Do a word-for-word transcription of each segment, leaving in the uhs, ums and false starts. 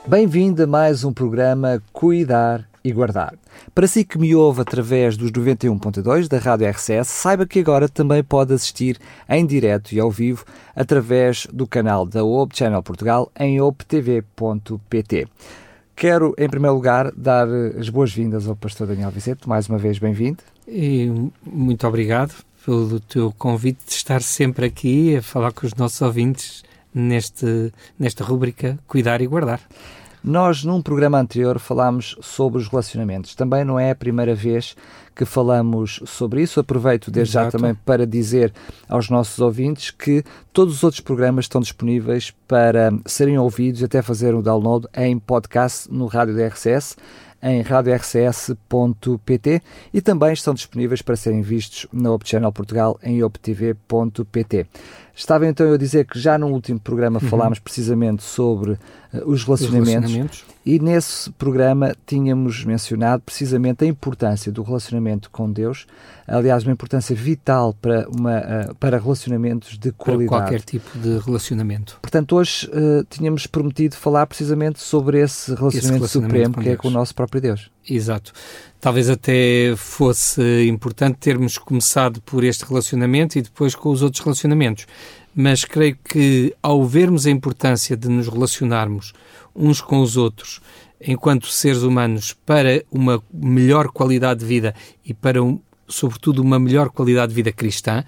Bem-vindo a mais um programa Cuidar e Guardar. Para si que me ouve através dos noventa e um ponto dois da Rádio R C S, saiba que agora também pode assistir em direto e ao vivo através do canal da Hope Channel Portugal em hope t v ponto p t. Quero, em primeiro lugar, dar as boas-vindas ao pastor Daniel Vicente. Mais uma vez, bem-vindo. E muito obrigado pelo teu convite de estar sempre aqui a falar com os nossos ouvintes neste, nesta rúbrica Cuidar e Guardar. Nós, num programa anterior, falámos sobre os relacionamentos. Também não é a primeira vez que falamos sobre isso. Aproveito desde Exato. já também para dizer aos nossos ouvintes que todos os outros programas estão disponíveis para serem ouvidos e até fazer o download em podcast no Rádio da R C S, em rádio r c s ponto p t, e também estão disponíveis para serem vistos na Hope Channel Portugal em hope t v ponto p t. Estava então eu a dizer que já no último programa uhum. falámos precisamente sobre uh, os, relacionamentos, os relacionamentos e nesse programa tínhamos mencionado precisamente a importância do relacionamento com Deus, aliás, uma importância vital para, uma, uh, para relacionamentos de qualidade. Para qualquer tipo de relacionamento. Portanto, hoje uh, tínhamos prometido falar precisamente sobre esse relacionamento, esse relacionamento supremo que Deus. é com o nosso próprio Deus. Exato. Talvez até fosse importante termos começado por este relacionamento e depois com os outros relacionamentos, mas creio que ao vermos a importância de nos relacionarmos uns com os outros enquanto seres humanos para uma melhor qualidade de vida e para, um, sobretudo, uma melhor qualidade de vida cristã,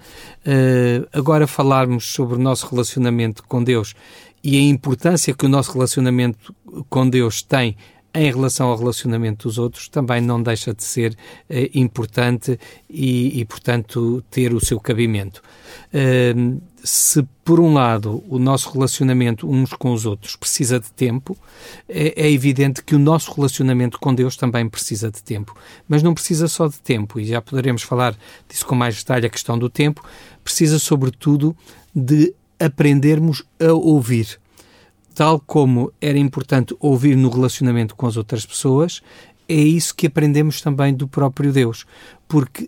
uh, agora falarmos sobre o nosso relacionamento com Deus e a importância que o nosso relacionamento com Deus tem em relação ao relacionamento dos outros, também não deixa de ser eh, importante e, e, portanto, ter o seu cabimento. Uh, se, por um lado, o nosso relacionamento uns com os outros precisa de tempo, é, é evidente que o nosso relacionamento com Deus também precisa de tempo. Mas não precisa só de tempo, e já poderemos falar disso com mais detalhe, a questão do tempo, precisa, sobretudo, de aprendermos a ouvir. Tal como era importante ouvir no relacionamento com as outras pessoas, é isso que aprendemos também do próprio Deus. Porque,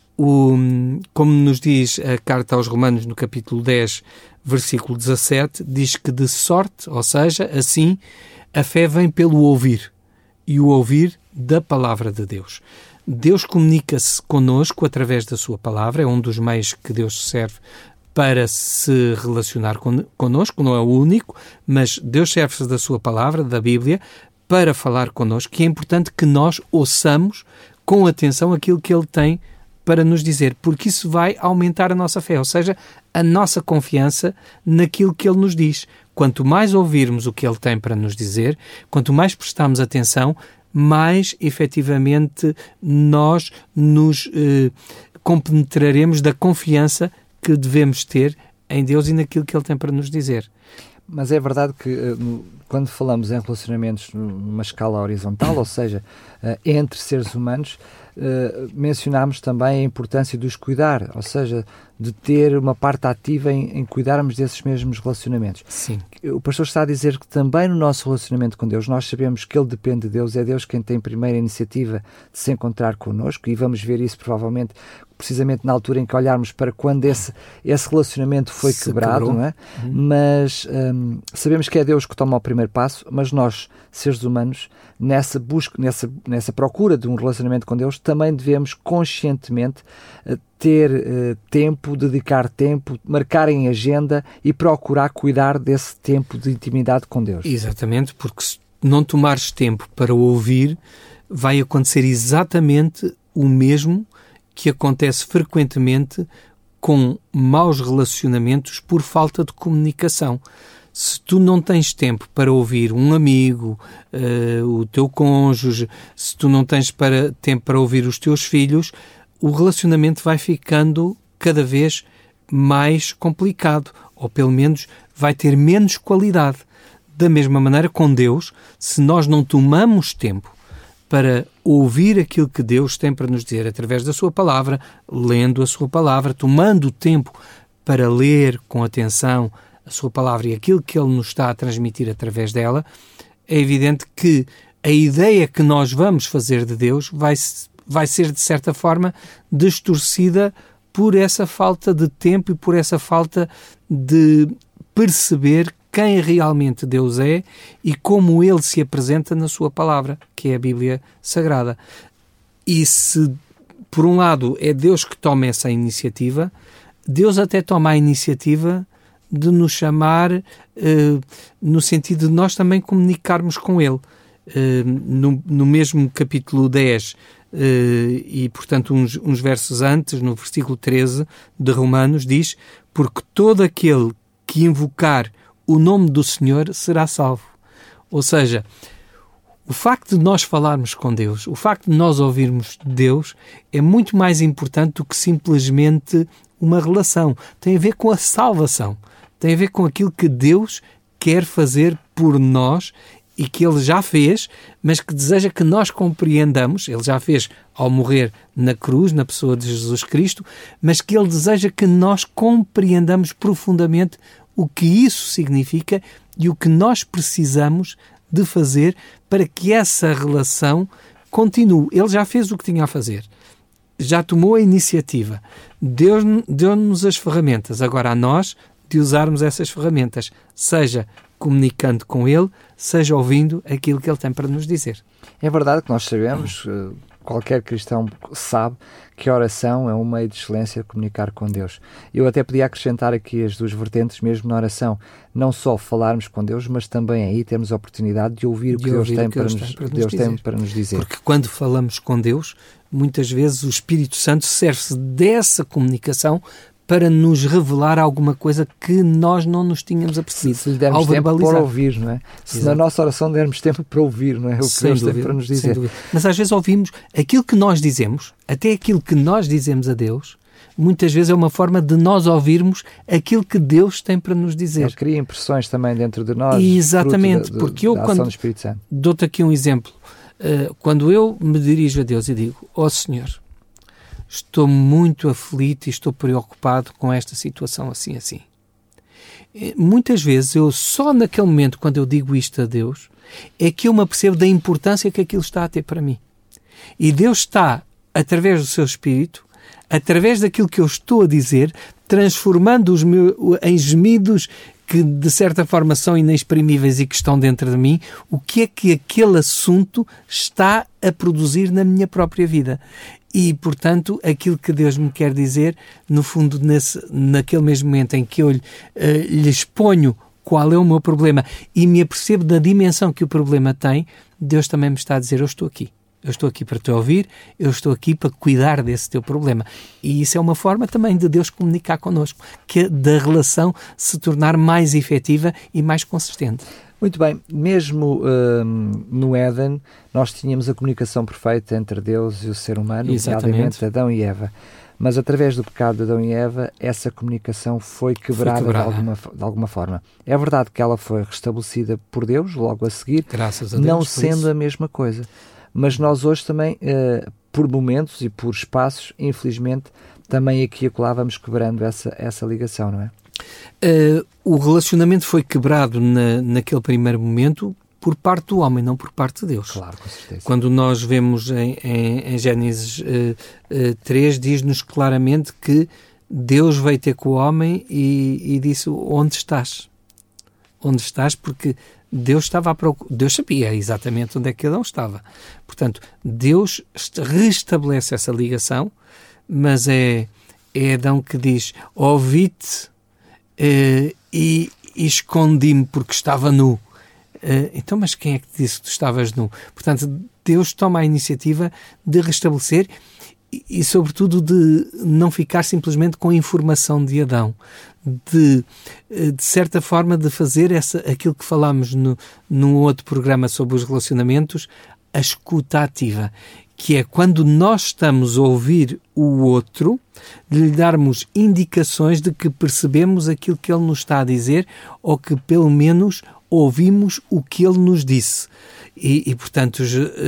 o, como nos diz a carta aos Romanos no capítulo dez, versículo dezassete, diz que de sorte, ou seja, assim, a fé vem pelo ouvir, e o ouvir da palavra de Deus. Deus comunica-se connosco através da sua palavra, é um dos meios que Deus serve para se relacionar con- connosco, não é o único, mas Deus serve-se da sua palavra, da Bíblia, para falar connosco, que é importante que nós ouçamos com atenção aquilo que Ele tem para nos dizer, porque isso vai aumentar a nossa fé, ou seja, a nossa confiança naquilo que Ele nos diz. Quanto mais ouvirmos o que Ele tem para nos dizer, quanto mais prestarmos atenção, mais efetivamente nós nos eh, compenetraremos da confiança que devemos ter em Deus e naquilo que Ele tem para nos dizer. Mas é verdade que quando falamos em relacionamentos numa escala horizontal, ou seja, entre seres humanos, mencionámos também a importância de os cuidar, ou seja, de ter uma parte ativa em, em cuidarmos desses mesmos relacionamentos. Sim. O pastor está a dizer que também no nosso relacionamento com Deus, nós sabemos que Ele depende de Deus, é Deus quem tem primeira iniciativa de se encontrar connosco, e vamos ver isso provavelmente precisamente na altura em que olharmos para quando esse, esse relacionamento foi se quebrado, quebrou. Não é? Uhum. Mas hum, sabemos que é Deus que toma o primeiro passo, mas nós, seres humanos, nessa busca, nessa, nessa procura de um relacionamento com Deus, também devemos conscientemente uh, ter uh, tempo, dedicar tempo, marcar em agenda e procurar cuidar desse tempo de intimidade com Deus. Exatamente, porque se não tomares tempo para ouvir, vai acontecer exatamente o mesmo que acontece frequentemente com maus relacionamentos por falta de comunicação. Se tu não tens tempo para ouvir um amigo, uh, o teu cônjuge, se tu não tens para, tempo para ouvir os teus filhos, o relacionamento vai ficando cada vez mais complicado, ou pelo menos vai ter menos qualidade. Da mesma maneira, com Deus, se nós não tomamos tempo para ouvir aquilo que Deus tem para nos dizer através da sua palavra, lendo a sua palavra, tomando o tempo para ler com atenção a sua palavra e aquilo que Ele nos está a transmitir através dela, é evidente que a ideia que nós vamos fazer de Deus vai, vai ser, de certa forma, distorcida por essa falta de tempo e por essa falta de perceber quem realmente Deus é e como Ele se apresenta na sua palavra, que é a Bíblia Sagrada. E se, por um lado, é Deus que toma essa iniciativa, Deus até toma a iniciativa de nos chamar eh, no sentido de nós também comunicarmos com Ele. Eh, no, no mesmo capítulo dez, eh, e portanto uns, uns versos antes, no versículo treze de Romanos, diz: porque todo aquele que invocar o nome do Senhor será salvo. Ou seja, o facto de nós falarmos com Deus, o facto de nós ouvirmos Deus, é muito mais importante do que simplesmente uma relação. Tem a ver com a salvação. Tem a ver com aquilo que Deus quer fazer por nós e que Ele já fez, mas que deseja que nós compreendamos. Ele já fez ao morrer na cruz, na pessoa de Jesus Cristo, mas que Ele deseja que nós compreendamos profundamente o que isso significa e o que nós precisamos de fazer para que essa relação continue. Ele já fez o que tinha a fazer. Já tomou a iniciativa. Deus deu-nos as ferramentas. Agora a nós de usarmos essas ferramentas, seja comunicando com Ele, seja ouvindo aquilo que Ele tem para nos dizer. É verdade que nós sabemos, qualquer cristão sabe que a oração é um meio de excelência de comunicar com Deus. Eu até podia acrescentar aqui as duas vertentes, mesmo na oração, não só falarmos com Deus, mas também aí termos a oportunidade de ouvir o que, Deus, tem, que para Deus, nos, para Deus tem para nos dizer. Porque quando falamos com Deus, muitas vezes o Espírito Santo serve-se dessa comunicação para nos revelar alguma coisa que nós não nos tínhamos apercebido. Se lhe dermos tempo para ouvir, não é? Se Exato. Na nossa oração dermos tempo para ouvir, não é? O que sem Deus dúvida, tem para nos dizer. Mas às vezes ouvimos aquilo que nós dizemos, até aquilo que nós dizemos a Deus, muitas vezes é uma forma de nós ouvirmos aquilo que Deus tem para nos dizer. Ele cria impressões também dentro de nós. Exatamente, da, porque eu, da quando dou-te aqui um exemplo, uh, quando eu me dirijo a Deus e digo: ó Senhor, estou muito aflito e estou preocupado com esta situação assim, assim. Muitas vezes, eu só naquele momento, quando eu digo isto a Deus, é que eu me apercebo da importância que aquilo está a ter para mim. E Deus está, através do seu Espírito, através daquilo que eu estou a dizer, transformando os meus em gemidos que, de certa forma, são inexprimíveis e que estão dentro de mim, o que é que aquele assunto está a produzir na minha própria vida. E, portanto, aquilo que Deus me quer dizer, no fundo, nesse, naquele mesmo momento em que eu lhe, uh, lhe exponho qual é o meu problema e me apercebo da dimensão que o problema tem, Deus também me está a dizer: eu estou aqui. Eu estou aqui para te ouvir, eu estou aqui para cuidar desse teu problema. E isso é uma forma também de Deus comunicar connosco, que é da relação se tornar mais efetiva e mais consistente. Muito bem, mesmo hum, no Éden, nós tínhamos a comunicação perfeita entre Deus e o ser humano, nomeadamente Adão e Eva. Mas através do pecado de Adão e Eva, essa comunicação foi quebrada, foi quebrada. De, alguma, de alguma forma. É verdade que ela foi restabelecida por Deus logo a seguir, graças a Deus, não sendo a mesma coisa. Mas nós hoje também, uh, por momentos e por espaços, infelizmente, também aqui e acolá vamos quebrando essa, essa ligação, não é? Uh, o relacionamento foi quebrado na, naquele primeiro momento por parte do homem, não por parte de Deus. Claro, com certeza. Quando nós vemos em, em, em Gênesis uh, uh, três, diz-nos claramente que Deus veio ter com o homem e, e disse: onde estás? Onde estás? Porque Deus estava a procurar, Deus sabia exatamente onde é que Adão estava. Portanto, Deus restabelece essa ligação, mas é, é Adão que diz: ouvi-te uh, e, e escondi-me porque estava nu. Uh, então, mas quem é que te disse que tu estavas nu? Portanto, Deus toma a iniciativa de restabelecer e, e, sobretudo, de não ficar simplesmente com a informação de Adão. De, de certa forma, de fazer essa, aquilo que falámos no, num outro programa sobre os relacionamentos, a escuta ativa, que é quando nós estamos a ouvir o outro, de lhe darmos indicações de que percebemos aquilo que ele nos está a dizer ou que, pelo menos, ouvimos o que ele nos disse. E, e portanto,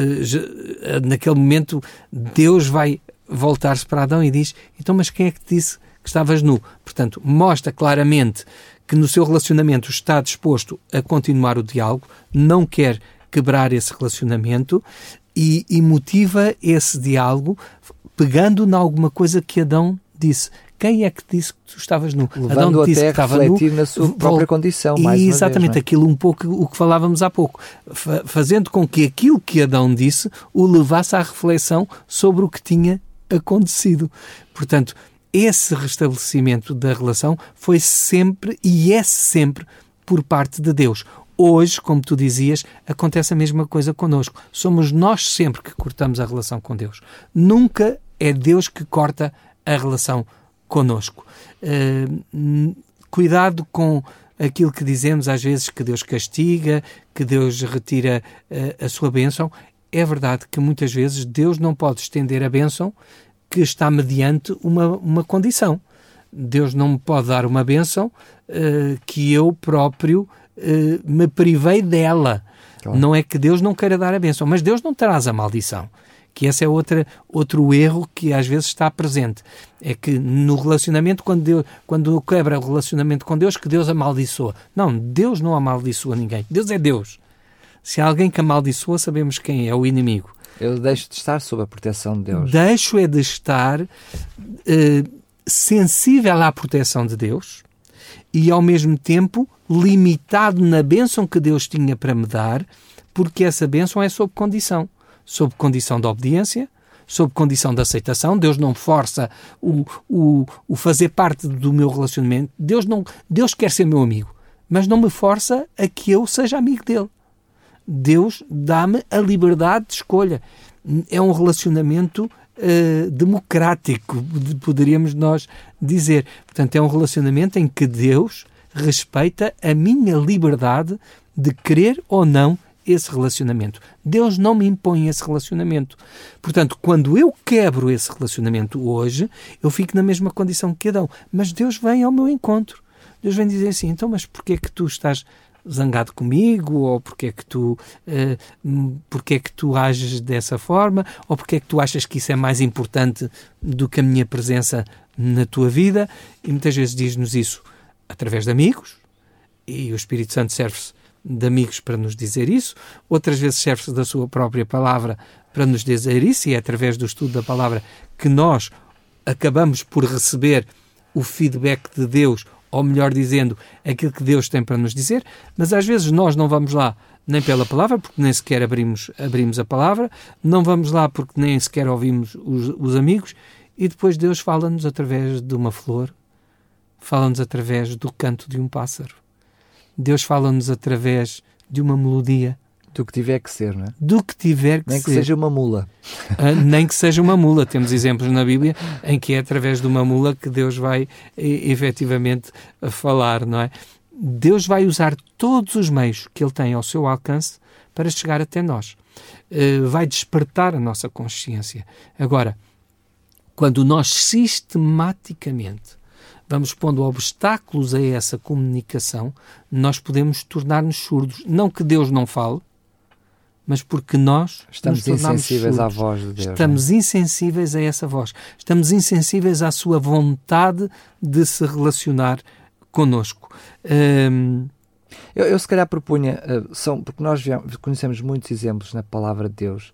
naquele momento, Deus vai voltar-se para Adão e diz: então, mas quem é que te disse que estavas nu? Portanto, mostra claramente que no seu relacionamento está disposto a continuar o diálogo, não quer quebrar esse relacionamento e, e motiva esse diálogo pegando em alguma coisa que Adão disse, Quem é que disse que tu estavas nu? Levando Adão disse até que a estava refletir nu, na sua própria condição, mais e uma exatamente vez, não é? aquilo um pouco o que falávamos há pouco, fazendo com que aquilo que Adão disse o levasse à reflexão sobre o que tinha acontecido. Portanto, esse restabelecimento da relação foi sempre e é sempre por parte de Deus. Hoje, como tu dizias, acontece a mesma coisa connosco. Somos nós sempre que cortamos a relação com Deus. Nunca é Deus que corta a relação connosco. Uh, cuidado com aquilo que dizemos às vezes, que Deus castiga, que Deus retira uh, a sua bênção. É verdade que muitas vezes Deus não pode estender a bênção que está mediante uma, uma condição. Deus não me pode dar uma bênção uh, que eu próprio Uh, me privei dela. Claro. Não é que Deus não queira dar a bênção, mas Deus não traz a maldição. Que esse é outra, outro erro que às vezes está presente. É que no relacionamento, quando, Deus, quando quebra o relacionamento com Deus, que Deus amaldiçoa. Não, Deus não amaldiçoa ninguém. Deus é Deus. Se há alguém que amaldiçoa, sabemos quem é, o inimigo. Eu deixo de estar sob a proteção de Deus. Deixo é de estar uh, sensível à proteção de Deus e, ao mesmo tempo, limitado na bênção que Deus tinha para me dar, porque essa bênção é sob condição. Sob condição de obediência, sob condição de aceitação. Deus não força o, o, o fazer parte do meu relacionamento. Deus, não, Deus quer ser meu amigo, mas não me força a que eu seja amigo dele. Deus dá-me a liberdade de escolha. É um relacionamento uh, democrático, poderíamos nós dizer. Portanto, é um relacionamento em que Deus respeita a minha liberdade de querer ou não esse relacionamento. Deus não me impõe esse relacionamento. Portanto, quando eu quebro esse relacionamento hoje, eu fico na mesma condição que Adão. Mas Deus vem ao meu encontro. Deus vem dizer assim, então, mas porquê é que tu estás zangado comigo? Ou porquê é que tu, uh, porquê é que tu ages dessa forma? Ou porquê é que tu achas que isso é mais importante do que a minha presença na tua vida? E muitas vezes diz-nos isso através de amigos, e o Espírito Santo serve-se de amigos para nos dizer isso, outras vezes serve-se da sua própria palavra para nos dizer isso, e é através do estudo da palavra que nós acabamos por receber o feedback de Deus, ou melhor dizendo, aquilo que Deus tem para nos dizer, mas às vezes nós não vamos lá nem pela palavra, porque nem sequer abrimos, abrimos a palavra, não vamos lá porque nem sequer ouvimos os, os amigos, e depois Deus fala-nos através de uma flor, fala-nos através do canto de um pássaro. Deus fala-nos através de uma melodia. Do que tiver que ser, não é? Do que tiver que nem ser. Nem que seja uma mula. Uh, nem que seja uma mula. Temos exemplos na Bíblia em que é através de uma mula que Deus vai e, efetivamente falar, não é? Deus vai usar todos os meios que Ele tem ao seu alcance para chegar até nós. Uh, vai despertar a nossa consciência. Agora, quando nós sistematicamente vamos pondo obstáculos a essa comunicação, nós podemos tornar-nos surdos. Não que Deus não fale, mas porque nós estamos insensíveis à voz de Deus. Estamos não é? insensíveis a essa voz. Estamos insensíveis à sua vontade de se relacionar connosco. Hum... Eu, eu se calhar propunha, uh, são, porque nós conhecemos muitos exemplos na palavra de Deus,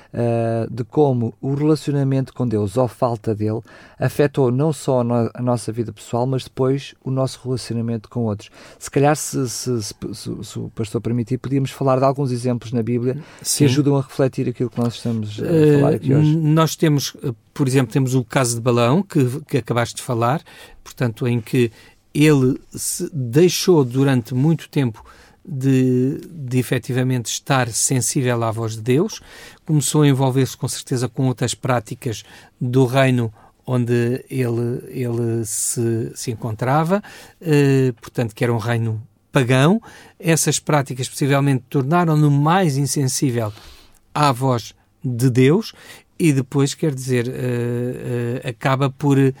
uh, de como o relacionamento com Deus, ou falta dele, afetou não só a, no, a nossa vida pessoal, mas depois o nosso relacionamento com outros. Se calhar, se, se, se, se, se o pastor permitir, podíamos falar de alguns exemplos na Bíblia Sim. que ajudam a refletir aquilo que nós estamos a falar aqui hoje. Uh, nós temos, por exemplo, temos o caso de Balaão, que, que acabaste de falar, portanto, em que ele se deixou durante muito tempo de, de efetivamente estar sensível à voz de Deus, começou a envolver-se com certeza com outras práticas do reino onde ele, ele se, se encontrava, eh, portanto que era um reino pagão. Essas práticas possivelmente tornaram-no mais insensível à voz de Deus e depois, quer dizer, eh, eh, acaba por eh,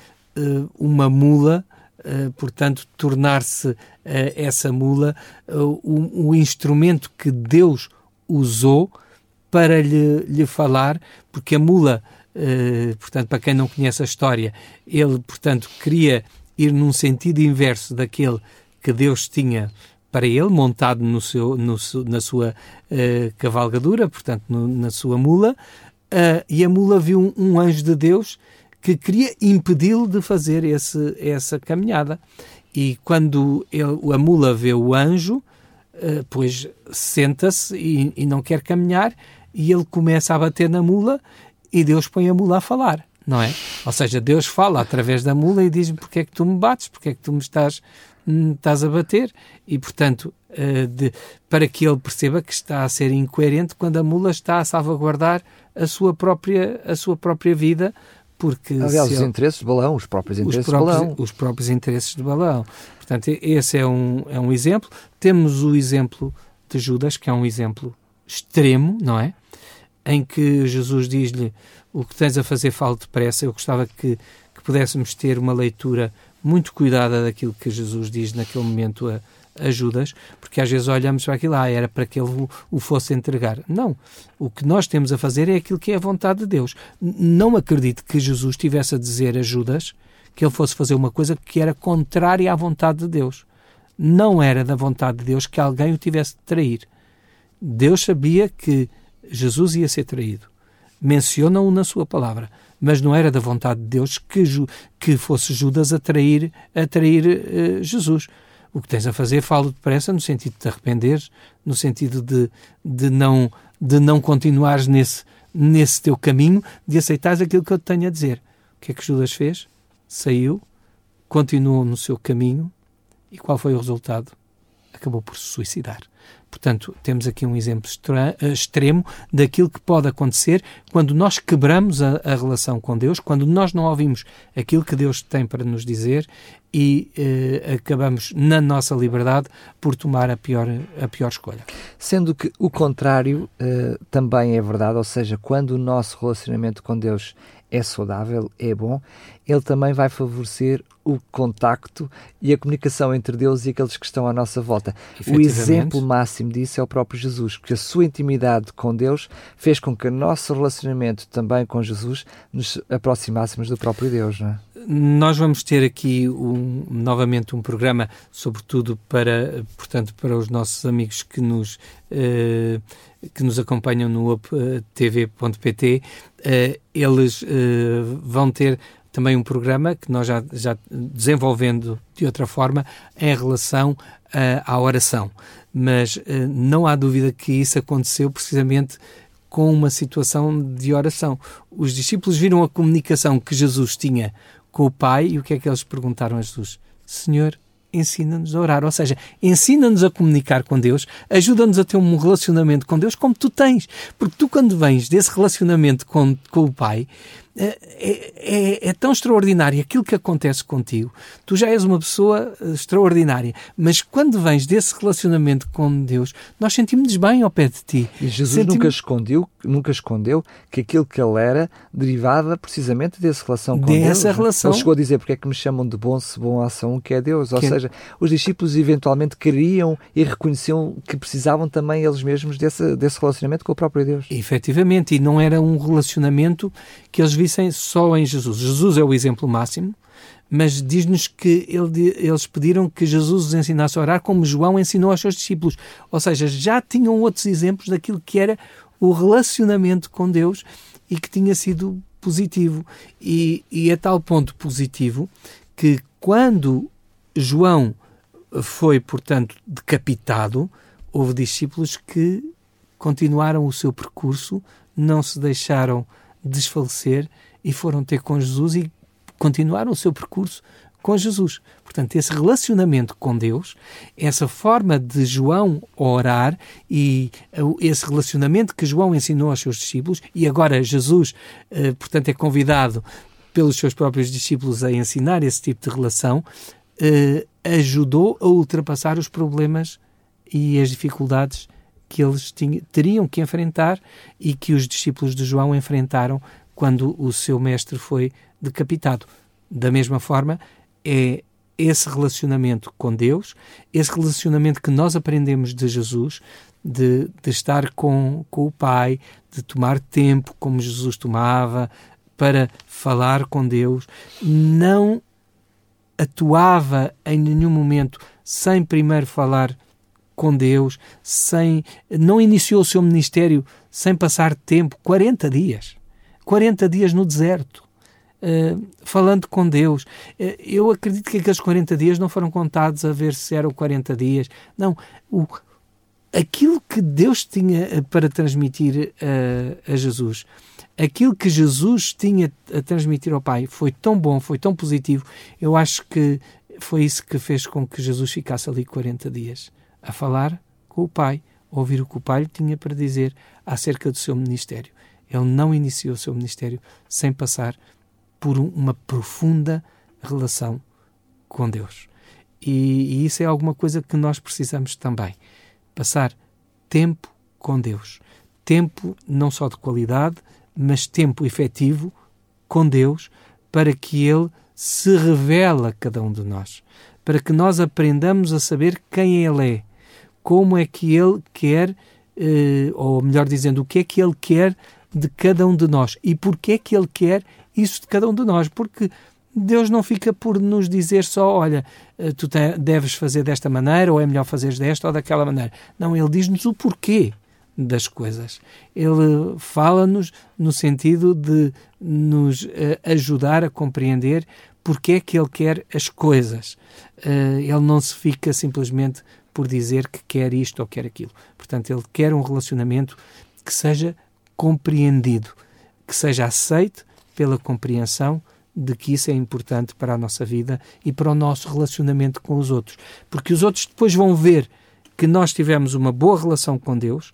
uma mula Uh, portanto, tornar-se uh, essa mula uh, o, o instrumento que Deus usou para lhe, lhe falar, porque a mula, uh, portanto, para quem não conhece a história, ele, portanto, queria ir num sentido inverso daquele que Deus tinha para ele, montado no seu, no, na sua uh, cavalgadura, portanto, no, na sua mula, uh, e a mula viu um, um anjo de Deus que queria impedi-lo de fazer esse, essa caminhada. E quando ele, a mula vê o anjo, uh, pois senta-se e, e não quer caminhar, e ele começa a bater na mula e Deus põe a mula a falar, não é? Ou seja, Deus fala através da mula e diz-me porque é que tu me bates, porque é que tu me estás, me estás a bater, e portanto, uh, de, para que ele perceba que está a ser incoerente quando a mula está a salvaguardar a sua própria, a sua própria vida, porque... Aliás, os ele, interesses de Balaão, os próprios interesses os próprios, de Balaão. Os próprios interesses de Balaão. Portanto, esse é um, é um exemplo. Temos o exemplo de Judas, que é um exemplo extremo, não é? Em que Jesus diz-lhe: o que tens a fazer fala depressa. Eu gostava que, que pudéssemos ter uma leitura muito cuidada daquilo que Jesus diz naquele momento a, a Judas, porque às vezes olhamos para aquilo, ah, era para que ele o, o fosse entregar. Não. O que nós temos a fazer é aquilo que é a vontade de Deus. Não acredito que Jesus estivesse a dizer a Judas que ele fosse fazer uma coisa que era contrária à vontade de Deus. Não era da vontade de Deus que alguém o tivesse de trair. Deus sabia que Jesus ia ser traído. Menciona-o na sua palavra. Mas não era da vontade de Deus que, que fosse Judas a trair, a trair uh, Jesus. O que tens a fazer, falo depressa, no sentido de te arrependeres, no sentido de, de, não, de não continuares nesse, nesse teu caminho, de aceitares aquilo que eu te tenho a dizer. O que é que Judas fez? Saiu, continuou no seu caminho, e qual foi o resultado? Acabou por se suicidar. Portanto, temos aqui um exemplo extra, extremo daquilo que pode acontecer quando nós quebramos a, a relação com Deus, quando nós não ouvimos aquilo que Deus tem para nos dizer e eh, acabamos, na nossa liberdade, por tomar a pior, a pior escolha. Sendo que o contrário uh, também é verdade, ou seja, quando o nosso relacionamento com Deus é saudável, é bom, ele também vai favorecer o contacto e a comunicação entre Deus e aqueles que estão à nossa volta. O exemplo máximo disso é o próprio Jesus, porque a sua intimidade com Deus fez com que o nosso relacionamento também com Jesus nos aproximássemos do próprio Deus, não é? Nós vamos ter aqui um, novamente um programa, sobretudo para, portanto, para os nossos amigos que nos, eh, que nos acompanham no up t v ponto p t. Eh, eles eh, vão ter também um programa que nós já, já desenvolvendo de outra forma em relação uh, à oração. Mas uh, não há dúvida que isso aconteceu precisamente com uma situação de oração. Os discípulos viram a comunicação que Jesus tinha com o Pai e o que é que eles perguntaram a Jesus? Senhor, ensina-nos a orar, ou seja, ensina-nos a comunicar com Deus, ajuda-nos a ter um relacionamento com Deus como tu tens, porque tu quando vens desse relacionamento com, com o Pai, é, é, é tão extraordinário aquilo que acontece contigo. Tu já és uma pessoa extraordinária, mas quando vens desse relacionamento com Deus, nós sentimos-nos bem ao pé de ti. E Jesus sentimos... nunca, escondeu, nunca escondeu que aquilo que ele era derivava precisamente dessa relação com dessa Deus. Relação... Ele chegou a dizer: porque é que me chamam de bom se bom ação que é Deus? Ou que... seja, os discípulos eventualmente queriam e reconheciam que precisavam também eles mesmos desse, desse relacionamento com o próprio Deus. Efetivamente, e não era um relacionamento que eles vissem só em Jesus. Jesus é o exemplo máximo, mas diz-nos que ele, eles pediram que Jesus os ensinasse a orar como João ensinou aos seus discípulos. Ou seja, já tinham outros exemplos daquilo que era o relacionamento com Deus e que tinha sido positivo. E, e a tal ponto positivo que quando João foi, portanto, decapitado, houve discípulos que continuaram o seu percurso, não se deixaram desfalecer e foram ter com Jesus e continuaram o seu percurso com Jesus. Portanto, esse relacionamento com Deus, essa forma de João orar e esse relacionamento que João ensinou aos seus discípulos, e agora Jesus, eh, portanto, é convidado pelos seus próprios discípulos a ensinar esse tipo de relação, eh, ajudou a ultrapassar os problemas e as dificuldades que eles tinham, teriam que enfrentar e que os discípulos de João enfrentaram quando o seu mestre foi decapitado. Da mesma forma, é esse relacionamento com Deus, esse relacionamento que nós aprendemos de Jesus, de, de estar com, com o Pai, de tomar tempo como Jesus tomava, para falar com Deus, não atuava em nenhum momento sem primeiro falar com Deus, sem, não iniciou o seu ministério sem passar tempo, quarenta dias, quarenta dias no deserto, uh, falando com Deus. Uh, eu acredito que aqueles quarenta dias não foram contados a ver se eram quarenta dias. Não, o, aquilo que Deus tinha para transmitir uh, a Jesus, aquilo que Jesus tinha a transmitir ao Pai foi tão bom, foi tão positivo. Eu acho que foi isso que fez com que Jesus ficasse ali quarenta dias, a falar com o Pai, a ouvir o que o Pai lhe tinha para dizer acerca do seu ministério. Ele não iniciou o seu ministério sem passar por uma profunda relação com Deus. E, e isso é alguma coisa que nós precisamos também. Passar tempo com Deus. Tempo não só de qualidade, mas tempo efetivo com Deus, para que Ele se revele a cada um de nós. Para que nós aprendamos a saber quem Ele é. Como é que Ele quer, eh, ou melhor dizendo, o que é que Ele quer de cada um de nós. E porquê é que Ele quer isso de cada um de nós? Porque Deus não fica por nos dizer só, olha, tu te, deves fazer desta maneira, ou é melhor fazeres desta ou daquela maneira. Não, Ele diz-nos o porquê das coisas. Ele fala-nos no sentido de nos uh, ajudar a compreender porque é que Ele quer as coisas. Uh, ele não se fica simplesmente por dizer que quer isto ou quer aquilo. Portanto, Ele quer um relacionamento que seja compreendido, que seja aceite pela compreensão de que isso é importante para a nossa vida e para o nosso relacionamento com os outros. Porque os outros depois vão ver que nós tivemos uma boa relação com Deus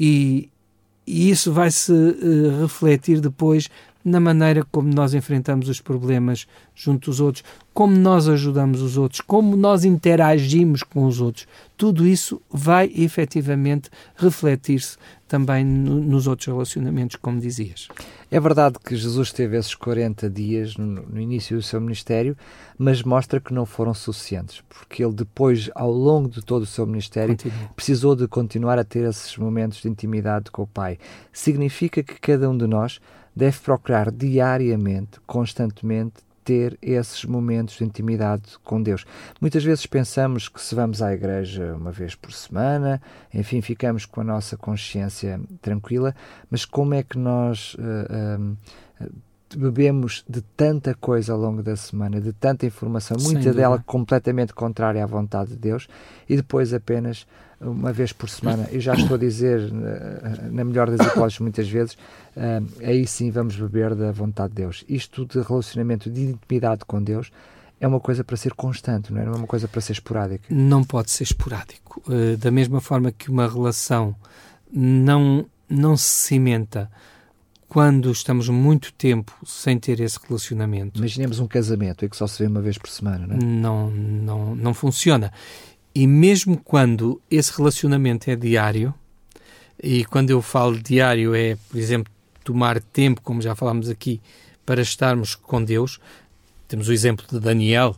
e, e isso vai se uh, refletir depois na maneira como nós enfrentamos os problemas junto dos outros, como nós ajudamos os outros, como nós interagimos com os outros. Tudo isso vai efetivamente refletir-se também no, nos outros relacionamentos, como dizias. É verdade que Jesus teve esses quarenta dias no, no início do seu ministério, mas mostra que não foram suficientes, porque ele depois, ao longo de todo o seu ministério, Continua. precisou de continuar a ter esses momentos de intimidade com o Pai. Significa que cada um de nós deve procurar diariamente, constantemente, ter esses momentos de intimidade com Deus. Muitas vezes pensamos que se vamos à igreja uma vez por semana, enfim, ficamos com a nossa consciência tranquila, mas como é que nós uh, uh, bebemos de tanta coisa ao longo da semana, de tanta informação, muita dela completamente contrária à vontade de Deus, e depois apenas uma vez por semana, eu já estou a dizer, na melhor das hipóteses, muitas vezes, uh, aí sim vamos beber da vontade de Deus. Isto de relacionamento, de intimidade com Deus, é uma coisa para ser constante, não é? Não é uma coisa para ser esporádica. Não pode ser esporádico. Uh, da mesma forma que uma relação não, não se cimenta quando estamos muito tempo sem ter esse relacionamento. Imaginemos um casamento em que só se vê uma vez por semana, não é? Não, não, não funciona. E mesmo quando esse relacionamento é diário, e quando eu falo diário é, por exemplo, tomar tempo, como já falámos aqui, para estarmos com Deus. Temos o exemplo de Daniel,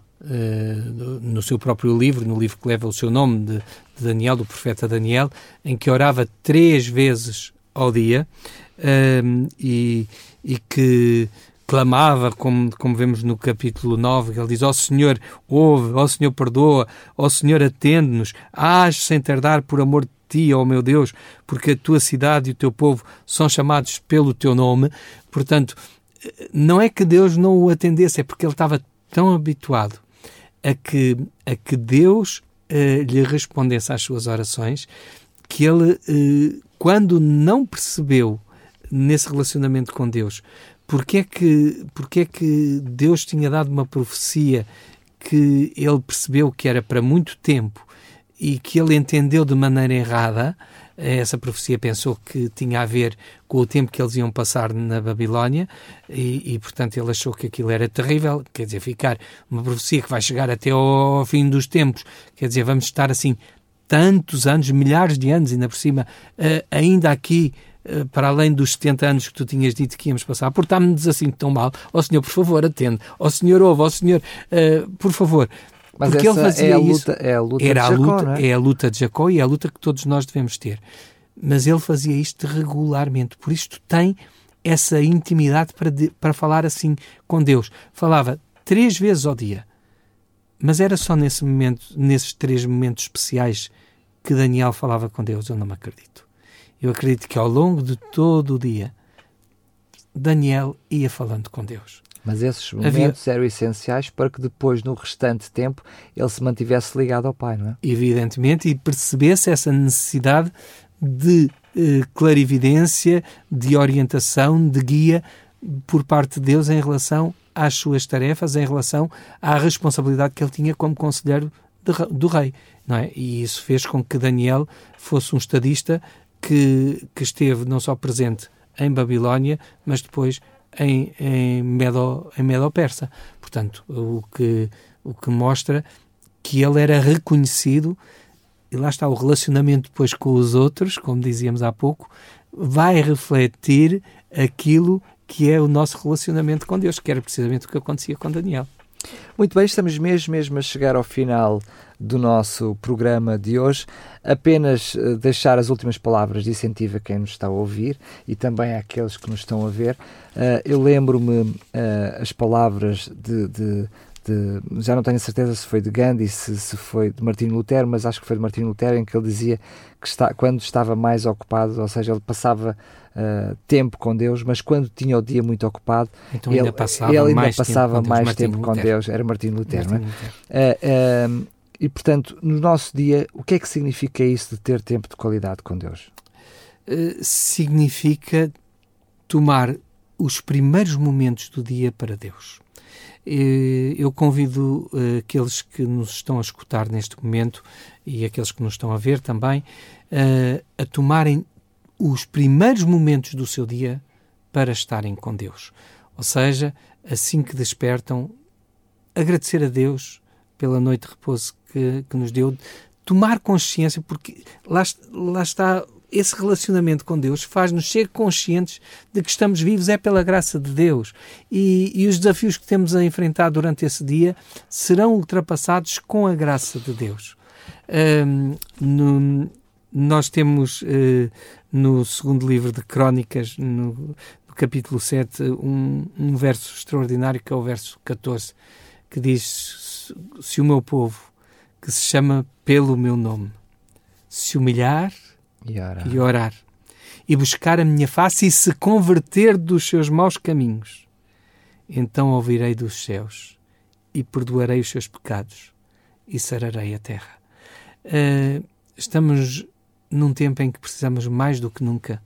uh, no seu próprio livro, no livro que leva o seu nome, de, de Daniel, do profeta Daniel, em que orava três vezes ao dia uh, e, e que clamava, como, como vemos no capítulo nove, ele diz, ó Senhor, ouve, ó Senhor, perdoa, ó Senhor, atende-nos, age sem tardar por amor de Ti, ó meu Deus, porque a Tua cidade e o Teu povo são chamados pelo Teu nome. Portanto, não é que Deus não o atendesse, é porque ele estava tão habituado a que, a que Deus uh, lhe respondesse às suas orações, que ele, uh, quando não percebeu nesse relacionamento com Deus, porque é que, porque é que Deus tinha dado uma profecia que ele percebeu que era para muito tempo e que ele entendeu de maneira errada, essa profecia pensou que tinha a ver com o tempo que eles iam passar na Babilónia e, e, portanto, ele achou que aquilo era terrível, quer dizer, ficar uma profecia que vai chegar até ao fim dos tempos, quer dizer, vamos estar assim tantos anos, milhares de anos, ainda por cima, uh, ainda aqui, uh, para além dos setenta anos que tu tinhas dito que íamos passar, portámos-nos assim tão mal, ó Senhor, por favor, atende, ó Senhor, ouve, ó Senhor, uh, por favor. Mas porque essa ele fazia é a isso. luta, é a luta Era de Jacó, a luta, não é? é a luta de Jacó e é a luta que todos nós devemos ter. Mas ele fazia isto regularmente. Por isso tu tem essa intimidade para, de, para falar assim com Deus. Falava três vezes ao dia. Mas era só nesse momento, nesses três momentos especiais que Daniel falava com Deus. Eu não me acredito. Eu acredito que ao longo de todo o dia Daniel ia falando com Deus. Mas esses momentos Havia... eram essenciais para que depois, no restante tempo, ele se mantivesse ligado ao Pai, não é? Evidentemente, e percebesse essa necessidade de eh, clarividência, de orientação, de guia por parte de Deus em relação às suas tarefas, em relação à responsabilidade que ele tinha como conselheiro de, do rei, não é? E isso fez com que Daniel fosse um estadista que, que esteve não só presente em Babilónia, mas depois em, em, Medo, em Medo-Persa. Portanto, o que, o que mostra que ele era reconhecido, e lá está o relacionamento depois com os outros, como dizíamos há pouco, vai refletir aquilo que é o nosso relacionamento com Deus, que era precisamente o que acontecia com Daniel. Muito bem, estamos mesmo, mesmo a chegar ao final do nosso programa de hoje. Apenas uh, deixar as últimas palavras de incentivo a quem nos está a ouvir e também àqueles que nos estão a ver. Uh, eu lembro-me uh, as palavras de, de, de... Já não tenho certeza se foi de Gandhi, se, se foi de Martinho Lutero, mas acho que foi de Martinho Lutero, em que ele dizia que está, quando estava mais ocupado, ou seja, ele passava uh, tempo com Deus, mas quando tinha o dia muito ocupado, então ele ainda passava ele ainda mais passava tempo mais tempo com Deus. Deus. Era Martinho Lutero, Martinho não é? Uh, uh, e, portanto, no nosso dia, o que é que significa isso de ter tempo de qualidade com Deus? Uh, significa tomar os primeiros momentos do dia para Deus. Uh, eu convido uh, aqueles que nos estão a escutar neste momento e aqueles que nos estão a ver também uh, a tomarem os primeiros momentos do seu dia para estarem com Deus. Ou seja, assim que despertam, agradecer a Deus pela noite de repouso que, que nos deu, tomar consciência, porque lá, lá está, esse relacionamento com Deus faz-nos ser conscientes de que estamos vivos é pela graça de Deus e, e os desafios que temos a enfrentar durante esse dia serão ultrapassados com a graça de Deus. Um, no, nós temos uh, no segundo livro de Crónicas, no, no capítulo sete, um, um verso extraordinário que é o verso catorze, que diz: se o meu povo, que se chama pelo meu nome, se humilhar e orar. e orar, e buscar a minha face e se converter dos seus maus caminhos, então ouvirei dos céus e perdoarei os seus pecados e sararei a terra. Uh, estamos num tempo em que precisamos mais do que nunca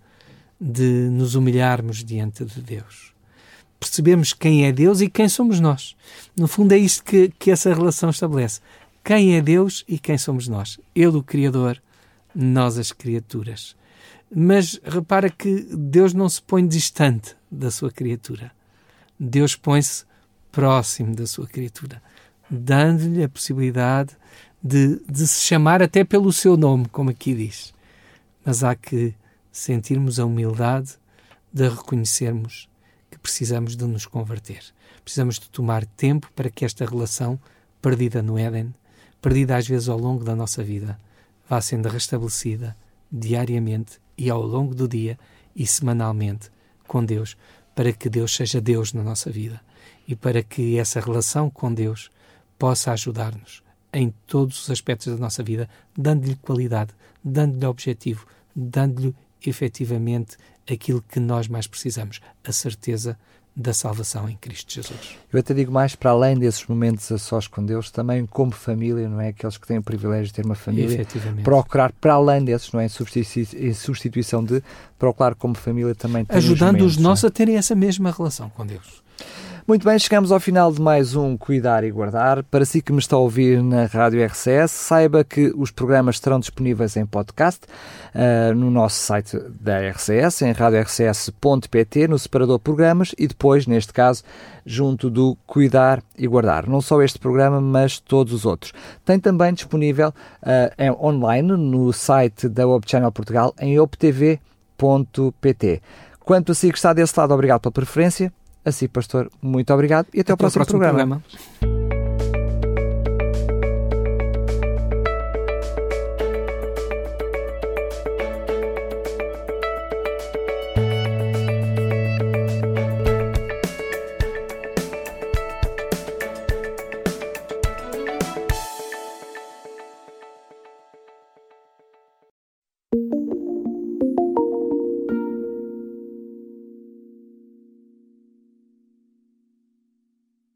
de nos humilharmos diante de Deus. Percebemos quem é Deus e quem somos nós. No fundo é isto que, que essa relação estabelece. Quem é Deus e quem somos nós. Ele o Criador, nós as criaturas. Mas repara que Deus não se põe distante da sua criatura. Deus põe-se próximo da sua criatura, dando-lhe a possibilidade de, de se chamar até pelo seu nome, como aqui diz. Mas há que sentirmos a humildade de reconhecermos que precisamos de nos converter. Precisamos de tomar tempo para que esta relação, perdida no Éden, perdida às vezes ao longo da nossa vida, vá sendo restabelecida diariamente e ao longo do dia e semanalmente com Deus, para que Deus seja Deus na nossa vida e para que essa relação com Deus possa ajudar-nos em todos os aspectos da nossa vida, dando-lhe qualidade, dando-lhe objetivo, dando-lhe efetivamente aquilo que nós mais precisamos, a certeza da salvação em Cristo Jesus. Eu até digo mais, para além desses momentos a sós com Deus, também como família, não é? Aqueles que têm o privilégio de ter uma família, procurar, para além desses, não é? Em substituição de, procurar como família também ter ajudando os, os nossos é? a terem essa mesma relação com Deus. Muito bem, chegamos ao final de mais um Cuidar e Guardar. Para si que me está a ouvir na Rádio R C S, saiba que os programas estarão disponíveis em podcast uh, no nosso site da R C S, em radio r c s ponto p t, no separador Programas e depois, neste caso, junto do Cuidar e Guardar. Não só este programa, mas todos os outros. Tem também disponível uh, em, online no site da Hope Channel Portugal, em hope t v ponto p t. Quanto a si que está desse lado, obrigado pela preferência. Assim, pastor, muito obrigado e até, até ao próximo, próximo programa. programa.